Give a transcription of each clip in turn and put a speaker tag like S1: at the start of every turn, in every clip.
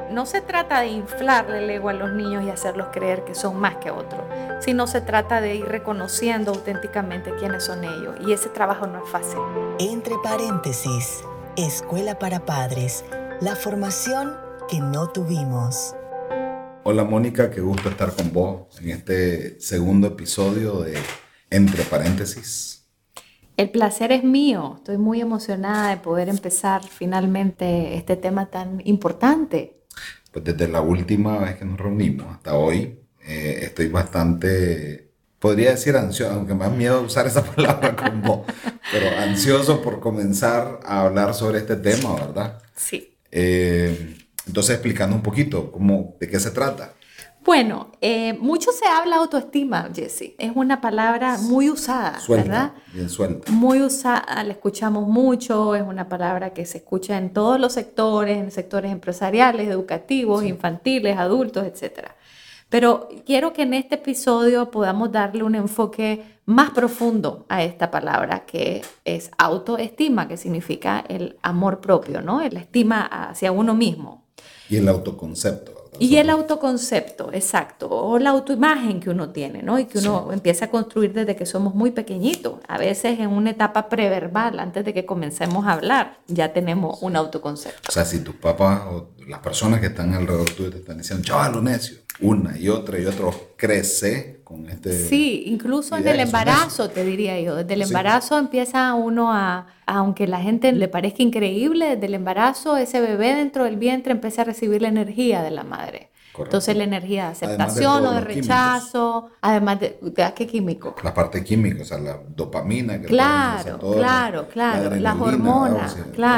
S1: no se trata de inflarle el ego a los niños y hacerlos creer que son más que otros, sino se trata de ir reconociendo auténticamente quiénes son ellos. Y ese trabajo no es fácil.
S2: Entre paréntesis, Escuela para Padres, la formación que no tuvimos.
S3: Hola Mónica, qué gusto estar con vos en este segundo episodio de Entre paréntesis.
S1: El placer es mío. Estoy muy emocionada de poder empezar finalmente este tema tan importante.
S3: Pues desde la última vez que nos reunimos hasta hoy, estoy bastante, podría decir ansioso, aunque me da miedo usar esa palabra con vos, pero ansioso por comenzar a hablar sobre este tema, ¿verdad?
S1: Sí.
S3: Entonces, explicando un poquito de qué se trata.
S1: Bueno, mucho se habla autoestima, Jessy. Es una palabra muy usada,
S3: Suelta,
S1: ¿verdad?
S3: bien suelta.
S1: Muy usada, la escuchamos mucho, es una palabra que se escucha en todos los sectores, en sectores empresariales, educativos, infantiles, adultos, etc. Pero quiero que en este episodio podamos darle un enfoque más profundo a esta palabra, que es autoestima, que significa el amor propio, ¿no? La estima hacia uno mismo.
S3: Y el autoconcepto.
S1: Y el autoconcepto, exacto, o la autoimagen que uno tiene, ¿no? Y que uno empieza a construir desde que somos muy pequeñitos. A veces en una etapa preverbal, antes de que comencemos a hablar, ya tenemos un autoconcepto.
S3: O sea, si tus papás o las personas que están alrededor tuyo te están diciendo, chaval, lo necio, una y otro, crece con este...
S1: Sí, incluso en el embarazo, te diría yo. Desde el embarazo empieza uno aunque la gente le parezca increíble, desde el embarazo ese bebé dentro del vientre empieza a recibir la energía de la madre. Correcto. Entonces la energía de aceptación o de rechazo, químicos. Además de ¿qué químico?
S3: La parte química, o sea, la dopamina. Que
S1: claro, las hormonas,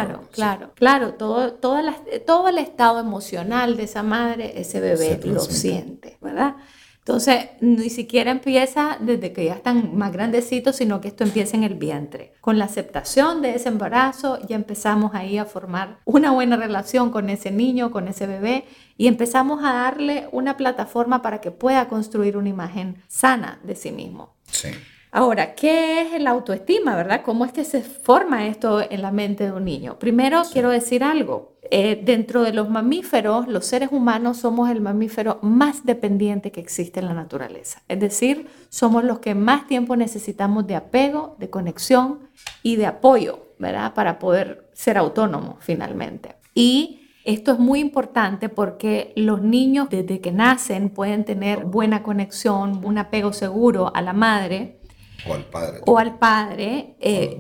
S1: todo el estado emocional de esa madre, ese bebé lo siente, ¿verdad? Entonces, ni siquiera empieza desde que ya están más grandecitos, sino que esto empieza en el vientre. Con la aceptación de ese embarazo, ya empezamos ahí a formar una buena relación con ese niño, con ese bebé, y empezamos a darle una plataforma para que pueda construir una imagen sana de sí mismo.
S3: Sí.
S1: Ahora, ¿qué es el autoestima, verdad? ¿Cómo es que se forma esto en la mente de un niño? Primero, quiero decir algo. Dentro de los mamíferos, los seres humanos somos el mamífero más dependiente que existe en la naturaleza. Es decir, somos los que más tiempo necesitamos de apego, de conexión y de apoyo, ¿verdad? Para poder ser autónomos finalmente. Y esto es muy importante porque los niños desde que nacen pueden tener buena conexión, un apego seguro a la madre.
S3: O al padre.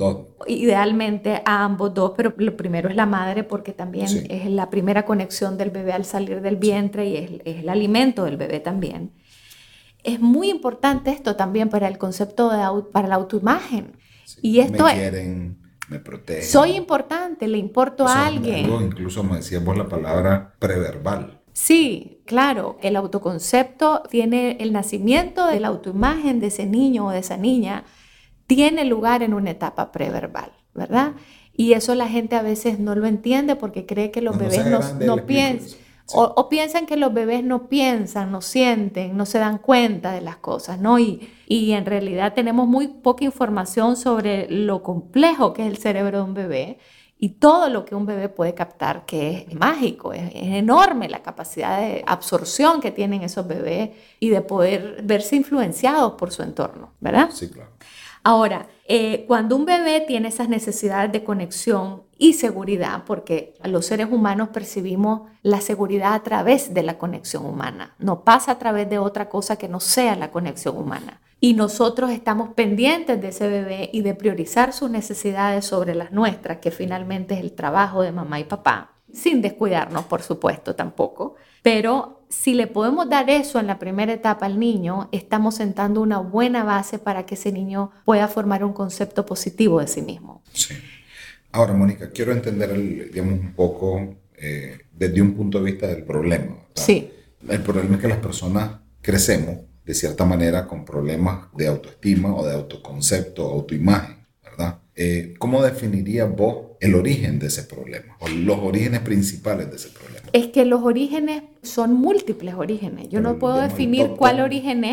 S1: Idealmente a ambos dos, pero lo primero es la madre porque también es la primera conexión del bebé al salir del vientre y es el alimento del bebé también. Es muy importante esto también para el concepto para la autoimagen.
S3: Sí,
S1: y esto
S3: me quieren, me protegen.
S1: Soy importante, le importo a alguien.
S3: Incluso me decías vos la palabra preverbal.
S1: Sí, claro, el autoconcepto tiene el nacimiento de la autoimagen de ese niño o de esa niña, tiene lugar en una etapa preverbal, ¿verdad? Y eso la gente a veces no lo entiende porque cree que los bebés no piensan. O piensan que los bebés no piensan, no sienten, no se dan cuenta de las cosas, ¿no? Y en realidad tenemos muy poca información sobre lo complejo que es el cerebro de un bebé. Y todo lo que un bebé puede captar, que es mágico, es enorme la capacidad de absorción que tienen esos bebés y de poder verse influenciados por su entorno, ¿verdad?
S3: Sí, claro.
S1: Ahora, cuando un bebé tiene esas necesidades de conexión y seguridad, porque los seres humanos percibimos la seguridad a través de la conexión humana, no pasa a través de otra cosa que no sea la conexión humana. Y nosotros estamos pendientes de ese bebé y de priorizar sus necesidades sobre las nuestras, que finalmente es el trabajo de mamá y papá, sin descuidarnos, por supuesto, tampoco. Pero si le podemos dar eso en la primera etapa al niño, estamos sentando una buena base para que ese niño pueda formar un concepto positivo de sí mismo.
S3: Sí. Ahora, Mónica, quiero entender, digamos, un poco desde un punto de vista del problema, ¿verdad?
S1: Sí.
S3: El problema es que las personas crecemos de cierta manera con problemas de autoestima o de autoconcepto, autoimagen, ¿verdad? ¿Cómo definirías vos el origen de ese problema o los orígenes principales de ese problema?
S1: Es que los orígenes son múltiples orígenes. Yo no puedo definir cuál origen es,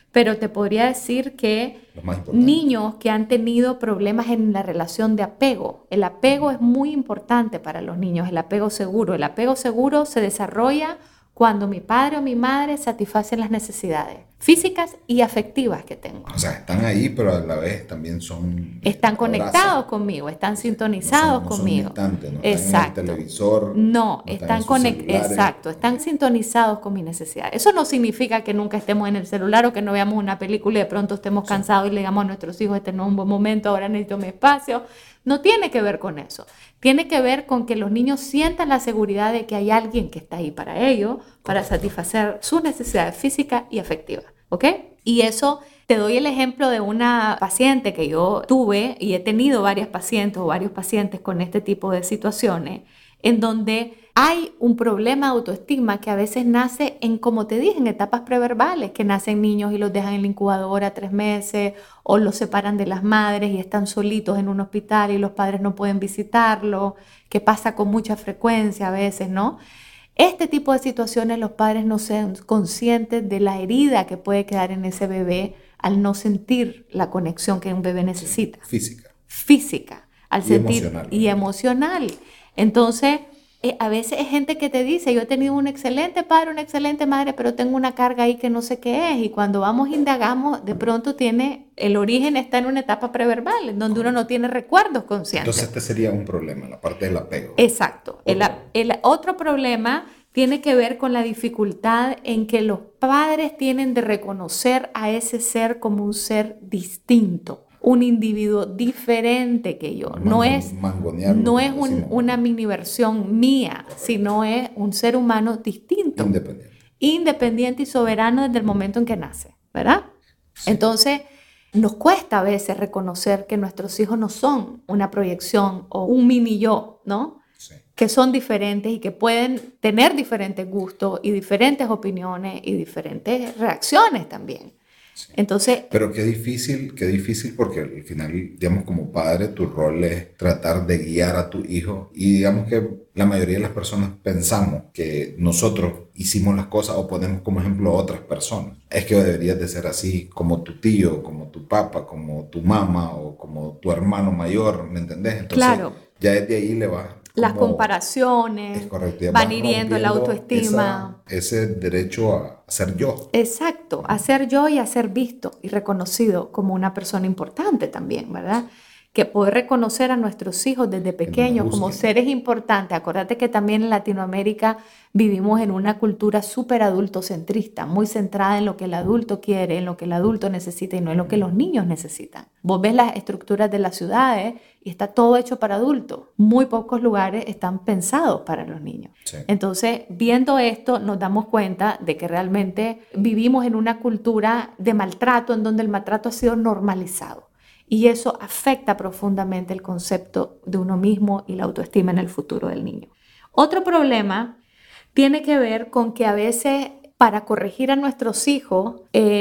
S1: Pero te podría decir que
S3: Los más importantes.
S1: niños que han tenido problemas en la relación de apego. El apego es muy importante para los niños, el apego seguro. El apego seguro se desarrolla cuando mi padre o mi madre satisfacen las necesidades físicas y afectivas que tengo.
S3: O sea, están ahí, pero a la vez también son...
S1: Están
S3: abrazos.
S1: conectados conmigo, están sintonizados
S3: No son
S1: conmigo.
S3: distantes, no
S1: Exacto.
S3: están en el televisor.
S1: No,
S3: están
S1: están
S3: en sus celulares.
S1: exacto, están sintonizados con mi necesidad. Eso no significa que nunca estemos en el celular o que no veamos una película y de pronto estemos cansados y le digamos a nuestros hijos, este no es un buen momento, ahora necesito mi espacio. No tiene que ver con eso. Tiene que ver con que los niños sientan la seguridad de que hay alguien que está ahí para ellos, para satisfacer sus necesidades físicas y afectivas. ¿Ok? Y eso, te doy el ejemplo de una paciente que yo tuve y he tenido varias pacientes o varios pacientes con este tipo de situaciones en donde hay un problema de autoestima que a veces nace en, como te dije, en etapas preverbales, que nacen niños y los dejan en la incubadora 3 meses o los separan de las madres y están solitos en un hospital y los padres no pueden visitarlo, que pasa con mucha frecuencia a veces, ¿no? Este tipo de situaciones los padres no sean conscientes de la herida que puede quedar en ese bebé al no sentir la conexión que un bebé necesita. Física, al sentir
S3: emocional.
S1: Y emocional. Entonces, a veces hay gente que te dice, yo he tenido un excelente padre, una excelente madre, pero tengo una carga ahí que no sé qué es. Y cuando vamos, indagamos, de pronto el origen está en una etapa preverbal, en donde uno no tiene recuerdos conscientes.
S3: Entonces este sería un problema, la parte del apego.
S1: Exacto. El otro problema tiene que ver con la dificultad en que los padres tienen de reconocer a ese ser como un ser distinto, un individuo diferente que yo. No es una mini versión mía, sino es un ser humano distinto. Independiente y soberano desde el momento en que nace, ¿verdad? Sí. Entonces, nos cuesta a veces reconocer que nuestros hijos no son una proyección o un mini yo, ¿no? Sí. Que son diferentes y que pueden tener diferentes gustos y diferentes opiniones y diferentes reacciones también.
S3: Sí.
S1: Entonces,
S3: pero qué difícil porque al final, digamos, como padre, tu rol es tratar de guiar a tu hijo y digamos que la mayoría de las personas pensamos que nosotros hicimos las cosas o ponemos como ejemplo a otras personas. Es que deberías de ser así como tu tío, como tu papá, como tu mamá o como tu hermano mayor, ¿me entendés? Entonces,
S1: claro.
S3: Ya desde ahí le vas...
S1: Las comparaciones, van hiriendo la autoestima.
S3: Ese derecho a ser yo.
S1: Exacto, a ser yo y a ser visto y reconocido como una persona importante también, ¿verdad? Que poder reconocer a nuestros hijos desde pequeños como seres importantes. Acuérdate que también en Latinoamérica vivimos en una cultura súper adultocentrista, muy centrada en lo que el adulto quiere, en lo que el adulto necesita y no en lo que los niños necesitan. Vos ves las estructuras de las ciudades y está todo hecho para adultos. Muy pocos lugares están pensados para los niños. Sí. Entonces, viendo esto, nos damos cuenta de que realmente vivimos en una cultura de maltrato en donde el maltrato ha sido normalizado. Y eso afecta profundamente el concepto de uno mismo y la autoestima en el futuro del niño. Otro problema tiene que ver con que a veces para corregir a nuestros hijos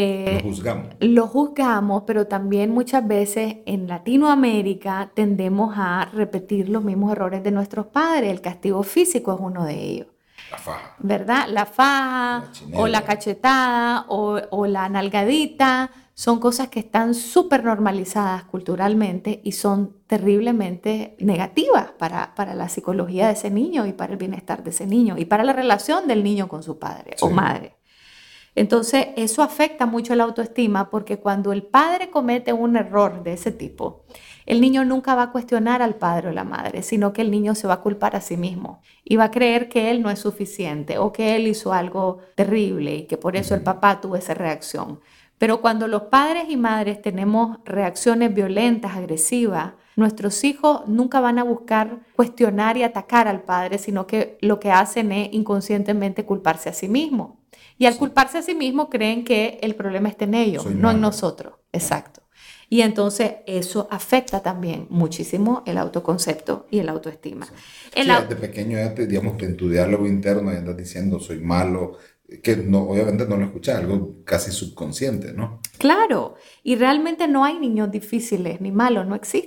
S1: los juzgamos, pero también muchas veces en Latinoamérica tendemos a repetir los mismos errores de nuestros padres. El castigo físico es uno de ellos.
S3: La faja.
S1: ¿Verdad? La faja o la cachetada o la nalgadita. Son cosas que están súper normalizadas culturalmente y son terriblemente negativas para la psicología de ese niño y para el bienestar de ese niño y para la relación del niño con su padre o madre. Entonces, eso afecta mucho la autoestima porque cuando el padre comete un error de ese tipo, el niño nunca va a cuestionar al padre o la madre, sino que el niño se va a culpar a sí mismo y va a creer que él no es suficiente o que él hizo algo terrible y que por eso el papá tuvo esa reacción. Pero cuando los padres y madres tenemos reacciones violentas, agresivas, nuestros hijos nunca van a buscar cuestionar y atacar al padre, sino que lo que hacen es inconscientemente culparse a sí mismos. Y al culparse a sí mismos creen que el problema está en ellos, no en nosotros. Exacto. Y entonces eso afecta también muchísimo el autoconcepto y el autoestima.
S3: Sí, desde pequeño ya digamos, en tu diálogo interno ya andas diciendo soy malo, que no, obviamente no lo escuchas, algo casi subconsciente, ¿no?
S1: Claro, y realmente no hay niños difíciles ni malos, no existen.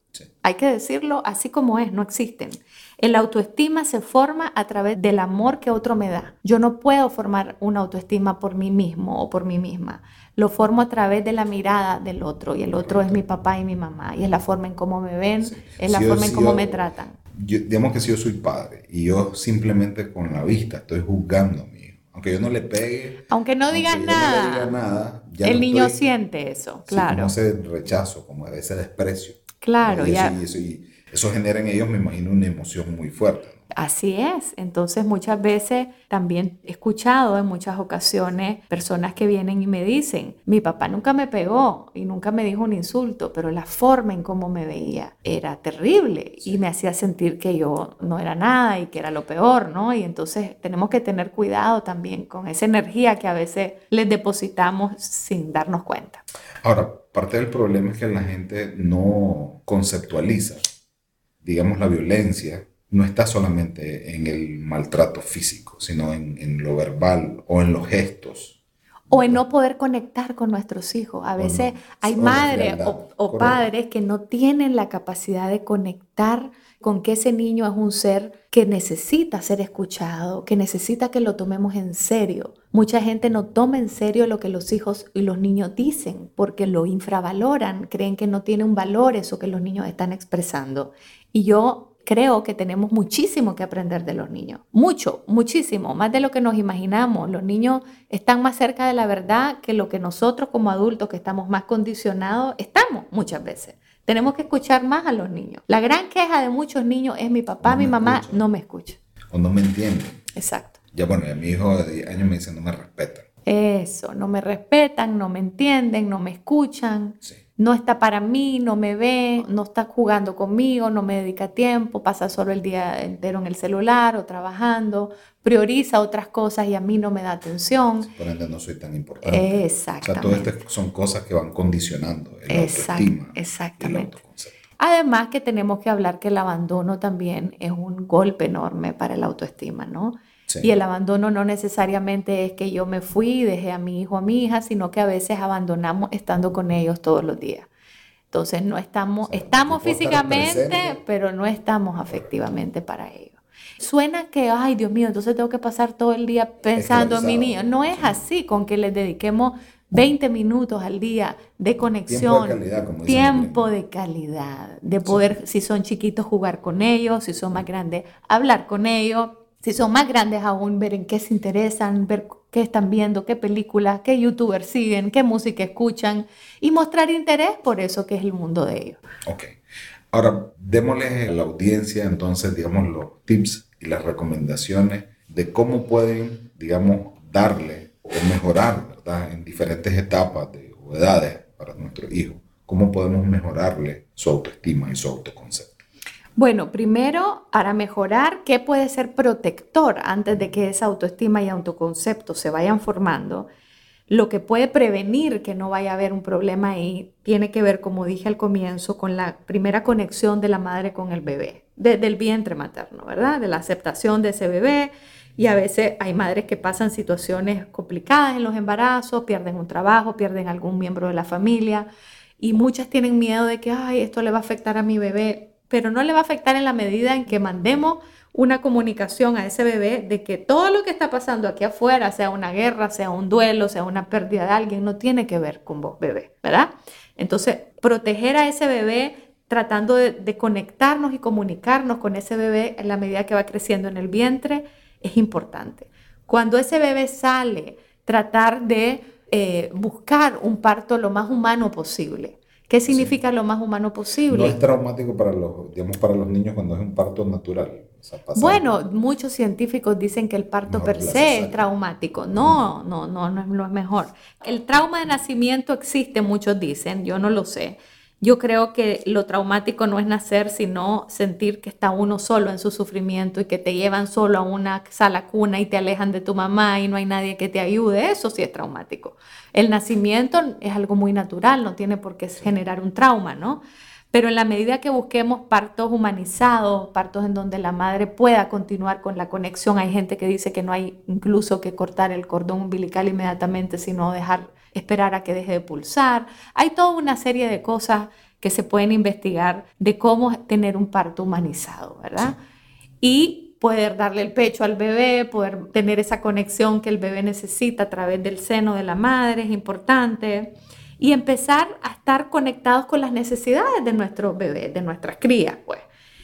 S3: Sí.
S1: Hay que decirlo así como es, no existen. El autoestima se forma a través del amor que otro me da. Yo no puedo formar una autoestima por mí mismo o por mí misma. Lo formo a través de la mirada del otro, y el otro es mi papá y mi mamá, y es la forma en cómo me ven,
S3: Sí.
S1: es la forma en cómo me tratan.
S3: Digamos que si yo soy padre y yo simplemente con la vista estoy juzgando a mi hijo, aunque yo no le pegue,
S1: Aunque no
S3: aunque
S1: digas
S3: yo no le diga
S1: nada,
S3: nada, ya
S1: el
S3: lo
S1: niño
S3: estoy,
S1: siente eso,
S3: sí, como
S1: claro,
S3: ese rechazo, como ese desprecio, ¿verdad?
S1: claro,
S3: Y eso genera en ellos, me imagino, una emoción muy fuerte, ¿no?
S1: así es. Entonces muchas veces también he escuchado en muchas ocasiones personas que vienen y me dicen, mi papá nunca me pegó y nunca me dijo un insulto, pero la forma en cómo me veía era terrible y me hacía sentir que yo no era nada y que era lo peor, ¿no? Y entonces tenemos que tener cuidado también con esa energía que a veces les depositamos sin darnos cuenta.
S3: Ahora, parte del problema es que la gente no conceptualiza, digamos, la violencia no está solamente en el maltrato físico, sino en lo verbal o en los gestos,
S1: O en
S3: ¿verdad?
S1: no poder conectar con nuestros hijos. A
S3: O, no,
S1: veces hay
S3: o la
S1: madres
S3: frialdad,
S1: o
S3: correcto.
S1: padres que no tienen la capacidad de conectar con que ese niño es un ser que necesita ser escuchado, que necesita que lo tomemos en serio. Mucha gente no toma en serio lo que los hijos y los niños dicen porque lo infravaloran, creen que no tiene un valor eso que los niños están expresando. Y yo creo que tenemos muchísimo que aprender de los niños. Mucho, muchísimo, más de lo que nos imaginamos. Los niños están más cerca de la verdad que lo que nosotros como adultos, que estamos más condicionados, estamos muchas veces. Tenemos que escuchar más a los niños. La gran queja de muchos niños es mi papá,
S3: No
S1: mi
S3: me
S1: mamá
S3: escuchan
S1: no me escucha.
S3: o no me entienden.
S1: Exacto.
S3: Ya bueno, y a mi hijo de 10 años me dice no me respetan.
S1: Eso, no me respetan, no me entienden, no me escuchan,
S3: Sí,
S1: no está para mí, no me ve, no está jugando conmigo, no me dedica tiempo, pasa solo el día entero en el celular o trabajando, prioriza otras cosas y a mí no me da atención.
S3: por ende no soy tan importante. O sea, todas
S1: Exactamente,
S3: estas son cosas que van condicionando el autoestima y el
S1: exactamente.
S3: autoconcepto.
S1: Además que tenemos que hablar que el abandono también es un golpe enorme para el autoestima, ¿no? Y
S3: Sí,
S1: el abandono no necesariamente es que yo me fui y dejé a mi hijo, a mi hija, sino que a veces abandonamos estando con ellos todos los días. Entonces no
S3: o
S1: estamos,
S3: sea, yo
S1: estamos
S3: puedo estar
S1: físicamente,
S3: presente,
S1: pero no estamos
S3: correcto,
S1: afectivamente para ellos. Suena que, ay Dios mío, entonces tengo que pasar todo el día pensando en mi niño.
S3: esclavizado.
S1: No es
S3: Sí.
S1: así, con que les dediquemos 20 minutos al día de
S3: Tiempo de
S1: conexión,
S3: calidad, como dicen los
S1: tiempo
S3: gringos.
S1: de calidad, de
S3: Sí,
S1: poder, si son chiquitos, jugar con ellos, si son más grandes, hablar con ellos, si son más grandes aún, ver en qué se interesan, ver qué están viendo, qué películas, qué youtubers siguen, qué música escuchan y mostrar interés por eso que es el mundo de ellos.
S3: ok. Ahora, démosle a la audiencia entonces, digamos, los tips y las recomendaciones de cómo pueden, digamos, darle o mejorar, ¿verdad? En diferentes etapas o edades para nuestro hijo. ¿Cómo podemos mejorarle su autoestima y su autoconcepto?
S1: Bueno, primero, para mejorar, ¿qué puede ser protector antes de que esa autoestima y autoconcepto se vayan formando? Lo que puede prevenir que no vaya a haber un problema ahí tiene que ver, como dije al comienzo, con la primera conexión de la madre con el bebé, desde el vientre materno, ¿verdad? De la aceptación de ese bebé. Y a veces hay madres que pasan situaciones complicadas en los embarazos, pierden un trabajo, pierden algún miembro de la familia y muchas tienen miedo de que, ay, esto le va a afectar a mi bebé, pero no le va a afectar en la medida en que mandemos una comunicación a ese bebé de que todo lo que está pasando aquí afuera, sea una guerra, sea un duelo, sea una pérdida de alguien, no tiene que ver con vos, bebé, ¿verdad? Entonces, proteger a ese bebé tratando de conectarnos y comunicarnos con ese bebé en la medida que va creciendo en el vientre es importante. Cuando ese bebé sale, tratar de buscar un parto lo más humano posible. ¿Qué
S3: Sí.
S1: significa lo más humano
S3: No es
S1: posible?
S3: traumático para los, digamos, para los niños cuando es un parto natural. O sea, pasar
S1: Bueno, muchos científicos dicen que el parto
S3: mejor
S1: per
S3: que la
S1: se es
S3: cesárea.
S1: traumático. No, no, no, no es lo mejor. El trauma de nacimiento existe, muchos dicen, yo no lo sé. Yo creo que lo traumático no es nacer, sino sentir que está uno solo en su sufrimiento y que te llevan solo a una sala cuna y te alejan de tu mamá y no hay nadie que te ayude. Eso sí es traumático. El nacimiento es algo muy natural, no tiene por qué generar un trauma, ¿no? Pero en la medida que busquemos partos humanizados, partos en donde la madre pueda continuar con la conexión, hay gente que dice que no hay incluso que cortar el cordón umbilical inmediatamente, sino esperar a que deje de pulsar. Hay toda una serie de cosas que se pueden investigar de cómo tener un parto humanizado, ¿verdad? Sí. Y poder darle el pecho al bebé, poder tener esa conexión que el bebé necesita a través del seno de la madre es importante. Y empezar a estar conectados con las necesidades de nuestros bebés, de nuestras crías, pues.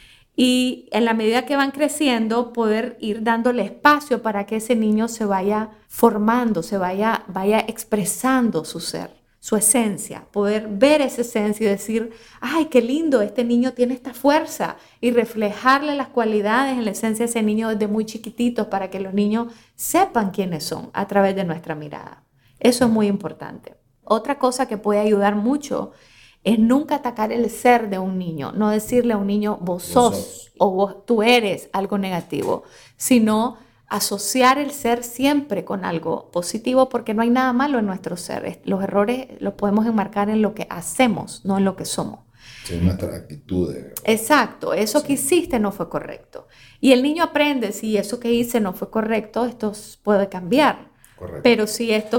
S1: Y en la medida que van creciendo, poder ir dándole espacio para que ese niño se vaya formando, vaya expresando su ser, su esencia. Poder ver esa esencia y decir, ¡ay, qué lindo! Este niño tiene esta fuerza. Y reflejarle las cualidades en la esencia de ese niño desde muy chiquititos para que los niños sepan quiénes son a través de nuestra mirada. Eso es muy importante. Otra cosa que puede ayudar mucho es nunca atacar el ser de un niño, no decirle a un niño vos sos o tú eres algo negativo, sino asociar el ser siempre con algo positivo porque no hay nada malo en nuestro ser. Los errores los podemos enmarcar en lo que hacemos, no en lo que somos.
S3: Sí, nuestras actitudes.
S1: Exacto, eso que hiciste no fue correcto. Y el niño aprende, si eso que hice no fue correcto, esto puede cambiar.
S3: Correcto.
S1: Pero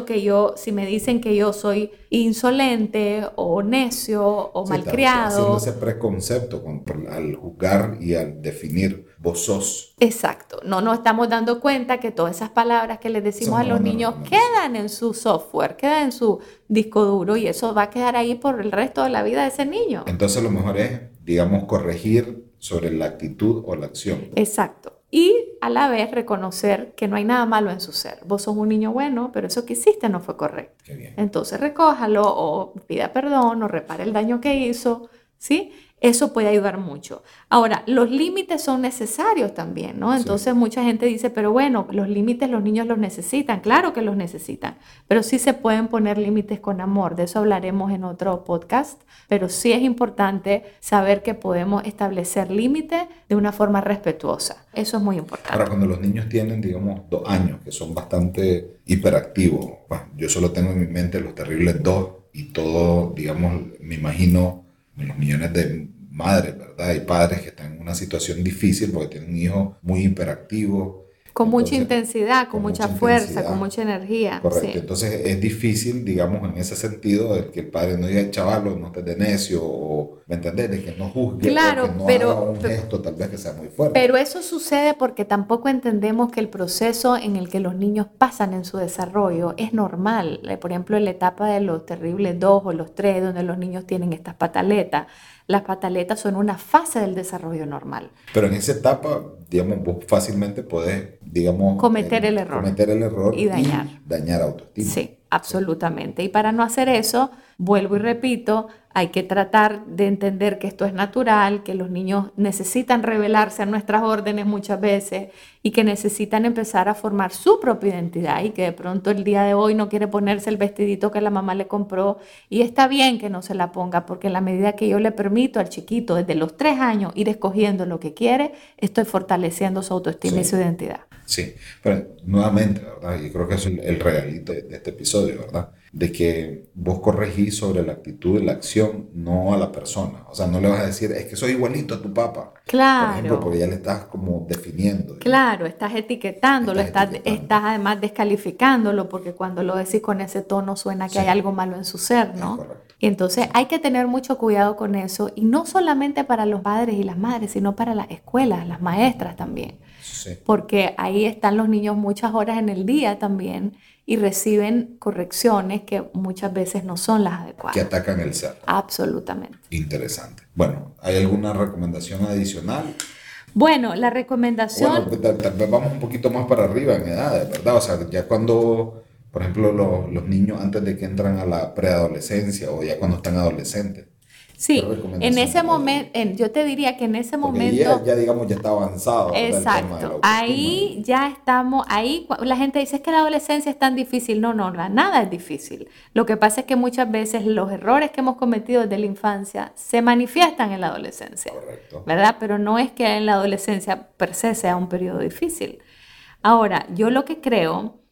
S1: si me dicen que yo soy insolente o necio o malcriado.
S3: Haciendo ese preconcepto al juzgar y al definir vos sos.
S1: Exacto. No nos estamos dando cuenta que todas esas palabras que les decimos a los niños quedan en su software, quedan en su disco duro y eso va a quedar ahí por el resto de la vida de ese niño.
S3: Entonces lo mejor es, digamos, corregir sobre la actitud o la acción.
S1: Exacto. Y a la vez reconocer que no hay nada malo en su ser. Vos sos un niño bueno, pero eso que hiciste no fue correcto.
S3: Qué bien.
S1: Entonces recójalo o pida perdón o repare el daño que hizo, ¿sí? Eso puede ayudar mucho. Ahora, los límites son necesarios también, ¿no? Entonces mucha gente dice, pero bueno, los límites los niños los necesitan. Claro que los necesitan, pero sí se pueden poner límites con amor. De eso hablaremos en otro podcast, pero sí es importante saber que podemos establecer límites de una forma respetuosa. Eso es muy importante.
S3: Ahora, cuando los niños tienen, digamos, 2 años, que son bastante hiperactivos, bueno, yo solo tengo en mi mente los terribles 2 y todo, digamos, me imagino los millones de madres, ¿verdad? Y padres que están en una situación difícil porque tienen un hijo muy hiperactivo.
S1: Con mucha intensidad, con mucha fuerza, con mucha energía.
S3: Correcto.
S1: Sí.
S3: Entonces es difícil, digamos, en ese sentido, de que el padre no diga, chavalo, no estés de necio, o, ¿me entendés? De que no juzgue,
S1: claro,
S3: o que no haga un gesto tal vez que sea muy fuerte.
S1: Pero eso sucede porque tampoco entendemos que el proceso en el que los niños pasan en su desarrollo es normal. Por ejemplo, en la etapa de los terribles 2 o los 3, donde los niños tienen estas pataletas. Las pataletas son una fase del desarrollo normal.
S3: Pero en esa etapa, digamos, vos fácilmente podés, digamos,
S1: cometer el error
S3: y dañar autoestima.
S1: Sí, absolutamente. Y para no hacer eso, vuelvo y repito, hay que tratar de entender que esto es natural, que los niños necesitan rebelarse a nuestras órdenes muchas veces y que necesitan empezar a formar su propia identidad y que de pronto el día de hoy no quiere ponerse el vestidito que la mamá le compró y está bien que no se la ponga porque en la medida que yo le permito al chiquito desde los 3 años ir escogiendo lo que quiere, estoy fortaleciendo su autoestima y su identidad.
S3: Sí, pero nuevamente, ¿verdad? Y creo que es el regalito de este episodio, ¿verdad? De que vos corregís sobre la actitud y la acción, no a la persona. O sea, no le vas a decir, es que soy igualito a tu papá.
S1: Claro.
S3: Por ejemplo, porque ya le estás como definiendo.
S1: Claro, estás etiquetándolo, estás además descalificándolo, porque cuando lo decís con ese tono suena que hay algo malo en su ser, ¿no?
S3: Correcto.
S1: Y entonces hay que tener mucho cuidado con eso, y no solamente para los padres y las madres, sino para las escuelas, las maestras también.
S3: Sí.
S1: Porque ahí están los niños muchas horas en el día también y reciben correcciones que muchas veces no son las adecuadas.
S3: Que atacan el ser.
S1: Absolutamente.
S3: Interesante. Bueno, ¿hay alguna recomendación adicional?
S1: Bueno, la recomendación...
S3: Bueno, tal vez vamos un poquito más para arriba en edades, ¿verdad? O sea, ya cuando, por ejemplo, los niños antes de que entran a la preadolescencia o ya cuando están adolescentes.
S1: Sí, en ese momento, yo te diría que en ese momento...
S3: Ya digamos, ya está avanzado.
S1: Exacto, ahí ya estamos, ahí la gente dice es que la adolescencia es tan difícil. No, nada es difícil. Lo que pasa es que muchas veces los errores que hemos cometido desde la infancia se manifiestan en la adolescencia.
S3: Correcto.
S1: ¿Verdad? Pero no es que en la adolescencia per se sea un periodo difícil. Ahora, yo lo que creo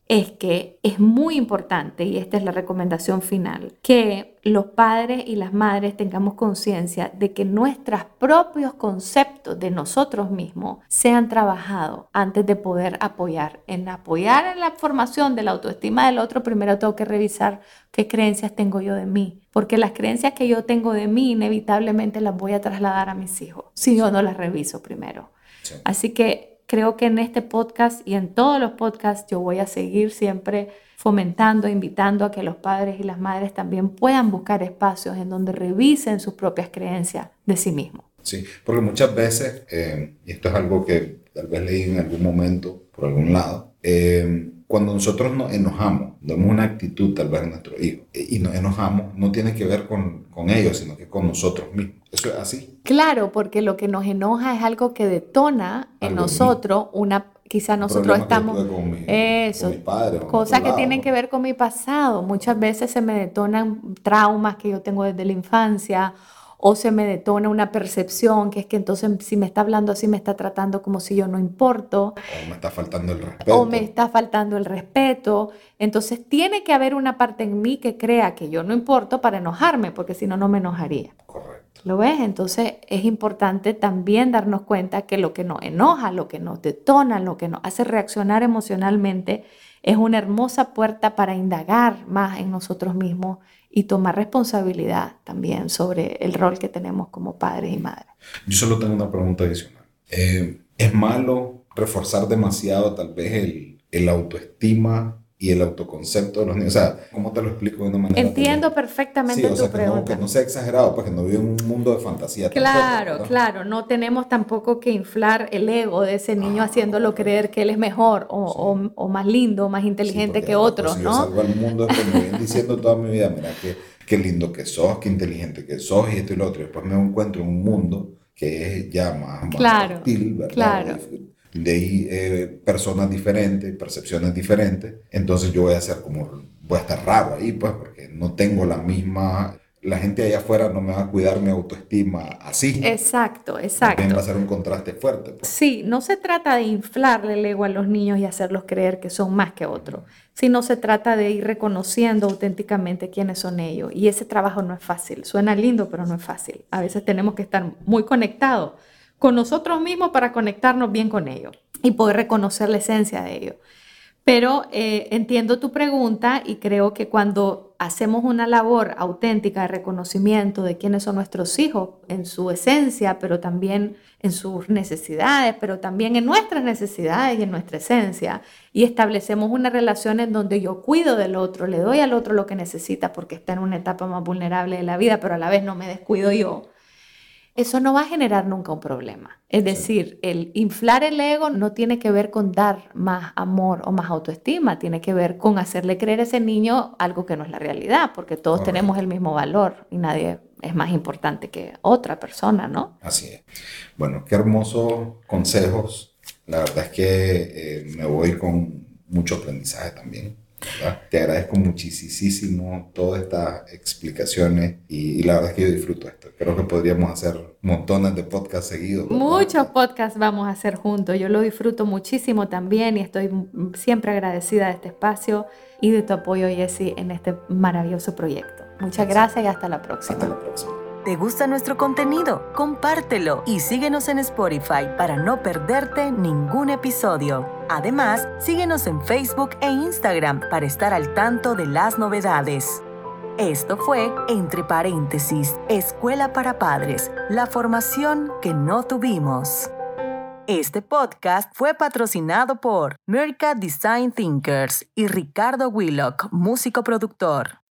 S1: es que es muy importante, y esta es la recomendación final, que los padres y las madres tengamos conciencia de que nuestros propios conceptos de nosotros mismos sean trabajados antes de poder apoyar. En apoyar en la formación de la autoestima del otro, primero tengo que revisar qué creencias tengo yo de mí, porque las creencias que yo tengo de mí inevitablemente las voy a trasladar a mis hijos si yo no las reviso primero. Sí. Así que creo que en este podcast y en todos los podcasts yo voy a seguir siempre fomentando, invitando a que los padres y las madres también puedan buscar espacios en donde revisen sus propias creencias de sí mismos.
S3: Sí, porque muchas veces, y esto es algo que tal vez leí en algún momento por algún lado, cuando nosotros nos enojamos, damos una actitud tal vez a nuestro hijo y nos enojamos, no tiene que ver con ellos, sino que con nosotros mismos. ¿Eso es así?
S1: Claro, porque lo que nos enoja es algo que detona en nosotros quizá nosotros estamos
S3: con mis padres,
S1: cosas que tienen que ver con mi pasado. Muchas veces se me detonan traumas que yo tengo desde la infancia, o se me detona una percepción que es que entonces si me está hablando así me está tratando como si yo no importo.
S3: O me está faltando el respeto.
S1: Entonces tiene que haber una parte en mí que crea que yo no importo para enojarme, porque si no, no me enojaría.
S3: Correcto.
S1: ¿Lo ves? Entonces es importante también darnos cuenta que lo que nos enoja, lo que nos detona, lo que nos hace reaccionar emocionalmente es una hermosa puerta para indagar más en nosotros mismos y tomar responsabilidad también sobre el rol que tenemos como padres y madres.
S3: Yo solo tengo una pregunta adicional. ¿Es malo reforzar demasiado tal vez el autoestima y el autoconcepto de los niños? O sea, ¿cómo te lo explico de una manera?
S1: Entiendo perfectamente tu pregunta.
S3: Que no sea exagerado, pues que no vive en un mundo de fantasía.
S1: Claro. No tenemos tampoco que inflar el ego de ese niño haciéndolo creer que él es mejor o más lindo, más inteligente que otros, ¿no?
S3: Yo salgo al mundo es como bien diciendo toda mi vida, mira qué lindo que sos, qué inteligente que sos y esto y lo otro. Y después me encuentro en un mundo que es ya más hostil, ¿verdad?
S1: Claro.
S3: De ahí personas diferentes, percepciones diferentes, entonces yo voy a estar raro ahí, pues, porque no tengo la gente allá afuera no me va a cuidar mi autoestima así.
S1: Exacto.
S3: También va a ser un contraste fuerte. Pues.
S1: Sí, no se trata de inflarle el ego a los niños y hacerlos creer que son más que otros, sino se trata de ir reconociendo auténticamente quiénes son ellos. Y ese trabajo no es fácil, suena lindo, pero no es fácil. A veces tenemos que estar muy conectados con nosotros mismos para conectarnos bien con ellos y poder reconocer la esencia de ellos. Pero entiendo tu pregunta y creo que cuando hacemos una labor auténtica de reconocimiento de quiénes son nuestros hijos en su esencia, pero también en sus necesidades, pero también en nuestras necesidades y en nuestra esencia, y establecemos una relación en donde yo cuido del otro, le doy al otro lo que necesita porque está en una etapa más vulnerable de la vida, pero a la vez no me descuido yo, eso no va a generar nunca un problema. Es decir, el inflar el ego no tiene que ver con dar más amor o más autoestima, tiene que ver con hacerle creer a ese niño algo que no es la realidad, porque todos tenemos el mismo valor y nadie es más importante que otra persona, ¿no?
S3: Así es. Bueno, qué hermosos consejos. La verdad es que me voy con mucho aprendizaje también. ¿Verdad? Te agradezco muchísimo todas estas explicaciones y la verdad es que yo disfruto esto. Creo que podríamos hacer montones de podcasts seguidos. ¿Verdad?
S1: Muchos podcasts vamos a hacer juntos. Yo lo disfruto muchísimo también y estoy siempre agradecida de este espacio y de tu apoyo, Jessy, en este maravilloso proyecto. Muchas gracias y hasta la próxima.
S3: Hasta la próxima.
S2: ¿Te gusta nuestro contenido? Compártelo y síguenos en Spotify para no perderte ningún episodio. Además, síguenos en Facebook e Instagram para estar al tanto de las novedades. Esto fue Entre Paréntesis, Escuela para Padres, la formación que no tuvimos. Este podcast fue patrocinado por Merca Design Thinkers y Ricardo Willock, músico productor.